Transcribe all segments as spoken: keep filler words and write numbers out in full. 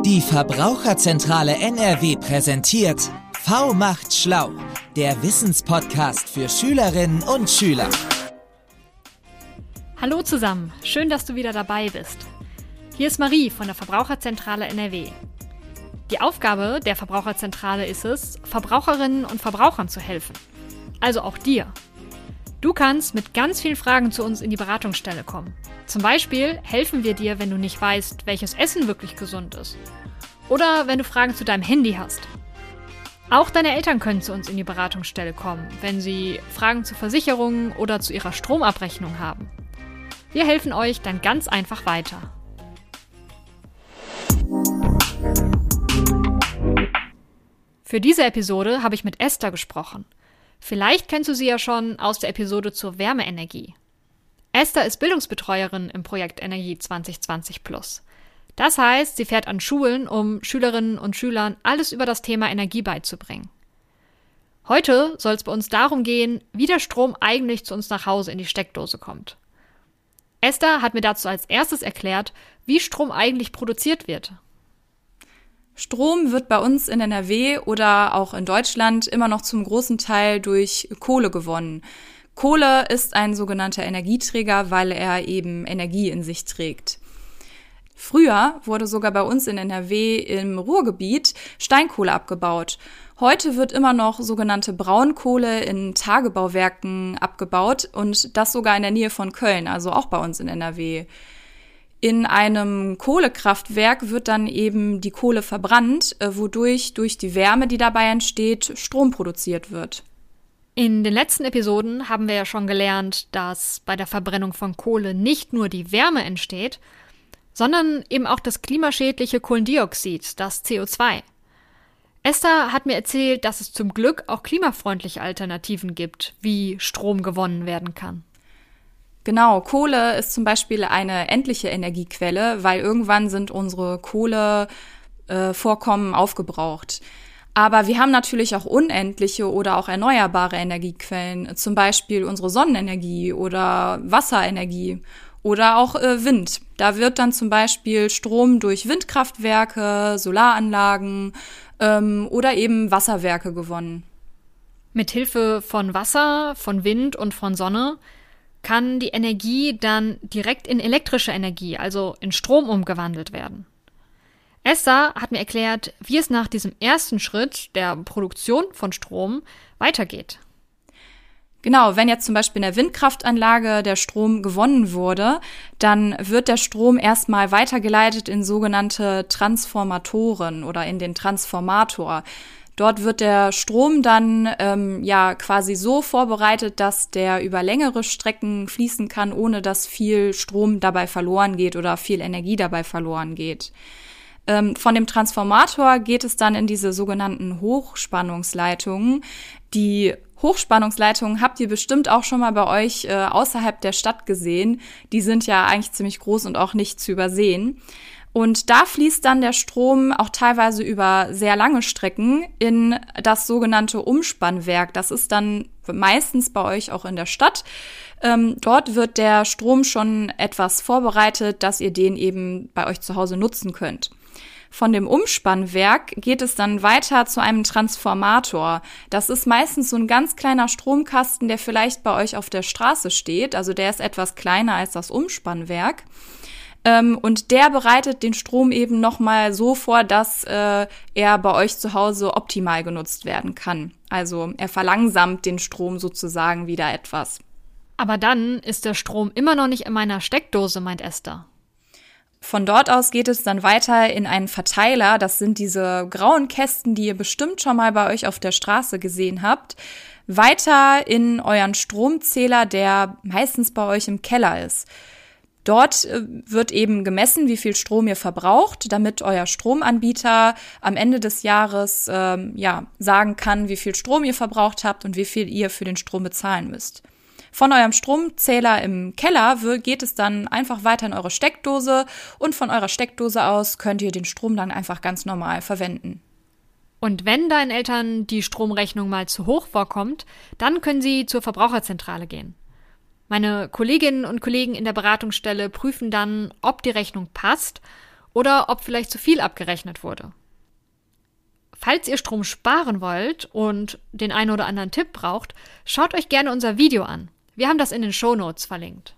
Die Verbraucherzentrale N R W präsentiert V macht schlau, der Wissenspodcast für Schülerinnen und Schüler. Hallo zusammen, schön, dass du wieder dabei bist. Hier ist Marie von der Verbraucherzentrale N R W. Die Aufgabe der Verbraucherzentrale ist es, Verbraucherinnen und Verbrauchern zu helfen. Also auch dir. Du kannst mit ganz vielen Fragen zu uns in die Beratungsstelle kommen. Zum Beispiel helfen wir dir, wenn du nicht weißt, welches Essen wirklich gesund ist. Oder wenn du Fragen zu deinem Handy hast. Auch deine Eltern können zu uns in die Beratungsstelle kommen, wenn sie Fragen zu Versicherungen oder zu ihrer Stromabrechnung haben. Wir helfen euch dann ganz einfach weiter. Für diese Episode habe ich mit Esther gesprochen. Vielleicht kennst du sie ja schon aus der Episode zur Wärmeenergie. Esther ist Bildungsbetreuerin im Projekt Energie zwanzig zwanzig plus. Das heißt, sie fährt an Schulen, um Schülerinnen und Schülern alles über das Thema Energie beizubringen. Heute soll es bei uns darum gehen, wie der Strom eigentlich zu uns nach Hause in die Steckdose kommt. Esther hat mir dazu als erstes erklärt, wie Strom eigentlich produziert wird. Strom wird bei uns in N R W oder auch in Deutschland immer noch zum großen Teil durch Kohle gewonnen. Kohle ist ein sogenannter Energieträger, weil er eben Energie in sich trägt. Früher wurde sogar bei uns in N R W im Ruhrgebiet Steinkohle abgebaut. Heute wird immer noch sogenannte Braunkohle in Tagebauwerken abgebaut und das sogar in der Nähe von Köln, also auch bei uns in N R W. In einem Kohlekraftwerk wird dann eben die Kohle verbrannt, wodurch durch die Wärme, die dabei entsteht, Strom produziert wird. In den letzten Episoden haben wir ja schon gelernt, dass bei der Verbrennung von Kohle nicht nur die Wärme entsteht, sondern eben auch das klimaschädliche Kohlendioxid, das C O zwei. Esther hat mir erzählt, dass es zum Glück auch klimafreundliche Alternativen gibt, wie Strom gewonnen werden kann. Genau, Kohle ist zum Beispiel eine endliche Energiequelle, weil irgendwann sind unsere Kohlevorkommen äh, aufgebraucht. Aber wir haben natürlich auch unendliche oder auch erneuerbare Energiequellen, zum Beispiel unsere Sonnenenergie oder Wasserenergie oder auch äh, Wind. Da wird dann zum Beispiel Strom durch Windkraftwerke, Solaranlagen ähm, oder eben Wasserwerke gewonnen. Mithilfe von Wasser, von Wind und von Sonne kann die Energie dann direkt in elektrische Energie, also in Strom umgewandelt werden. Esther hat mir erklärt, wie es nach diesem ersten Schritt der Produktion von Strom weitergeht. Genau, wenn jetzt zum Beispiel in der Windkraftanlage der Strom gewonnen wurde, dann wird der Strom erstmal weitergeleitet in sogenannte Transformatoren oder in den Transformator. Dort wird der Strom dann ähm, ja quasi so vorbereitet, dass der über längere Strecken fließen kann, ohne dass viel Strom dabei verloren geht oder viel Energie dabei verloren geht. Ähm, von dem Transformator geht es dann in diese sogenannten Hochspannungsleitungen. Die Hochspannungsleitungen habt ihr bestimmt auch schon mal bei euch äh, außerhalb der Stadt gesehen. Die sind ja eigentlich ziemlich groß und auch nicht zu übersehen. Und da fließt dann der Strom auch teilweise über sehr lange Strecken in das sogenannte Umspannwerk. Das ist dann meistens bei euch auch in der Stadt. Ähm, dort wird der Strom schon etwas vorbereitet, dass ihr den eben bei euch zu Hause nutzen könnt. Von dem Umspannwerk geht es dann weiter zu einem Transformator. Das ist meistens so ein ganz kleiner Stromkasten, der vielleicht bei euch auf der Straße steht. Also der ist etwas kleiner als das Umspannwerk. Ähm, und der bereitet den Strom eben nochmal so vor, dass äh, er bei euch zu Hause optimal genutzt werden kann. Also er verlangsamt den Strom sozusagen wieder etwas. Aber dann ist der Strom immer noch nicht in meiner Steckdose, meint Esther. Von dort aus geht es dann weiter in einen Verteiler. Das sind diese grauen Kästen, die ihr bestimmt schon mal bei euch auf der Straße gesehen habt. Weiter in euren Stromzähler, der meistens bei euch im Keller ist. Dort wird eben gemessen, wie viel Strom ihr verbraucht, damit euer Stromanbieter am Ende des Jahres ähm, ja, sagen kann, wie viel Strom ihr verbraucht habt und wie viel ihr für den Strom bezahlen müsst. Von eurem Stromzähler im Keller geht es dann einfach weiter in eure Steckdose und von eurer Steckdose aus könnt ihr den Strom dann einfach ganz normal verwenden. Und wenn deinen Eltern die Stromrechnung mal zu hoch vorkommt, dann können sie zur Verbraucherzentrale gehen. Meine Kolleginnen und Kollegen in der Beratungsstelle prüfen dann, ob die Rechnung passt oder ob vielleicht zu viel abgerechnet wurde. Falls ihr Strom sparen wollt und den einen oder anderen Tipp braucht, schaut euch gerne unser Video an. Wir haben das in den Shownotes verlinkt.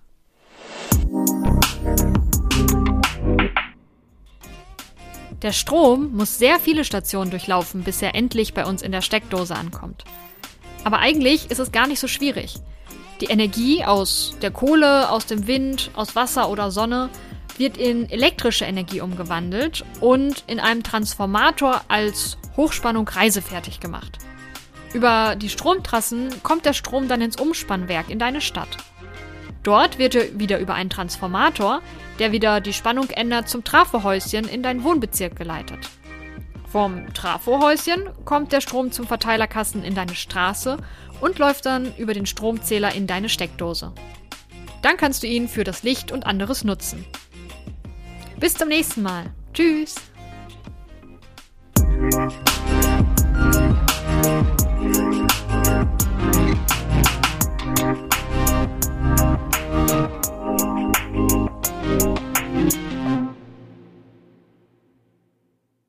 Der Strom muss sehr viele Stationen durchlaufen, bis er endlich bei uns in der Steckdose ankommt. Aber eigentlich ist es gar nicht so schwierig. Die Energie aus der Kohle, aus dem Wind, aus Wasser oder Sonne wird in elektrische Energie umgewandelt und in einem Transformator als Hochspannung reisefertig gemacht. Über die Stromtrassen kommt der Strom dann ins Umspannwerk in deine Stadt. Dort wird er wieder über einen Transformator, der wieder die Spannung ändert, zum Trafohäuschen in deinen Wohnbezirk geleitet. Vom Trafohäuschen kommt der Strom zum Verteilerkasten in deine Straße und läuft dann über den Stromzähler in deine Steckdose. Dann kannst du ihn für das Licht und anderes nutzen. Bis zum nächsten Mal. Tschüss! Thank you.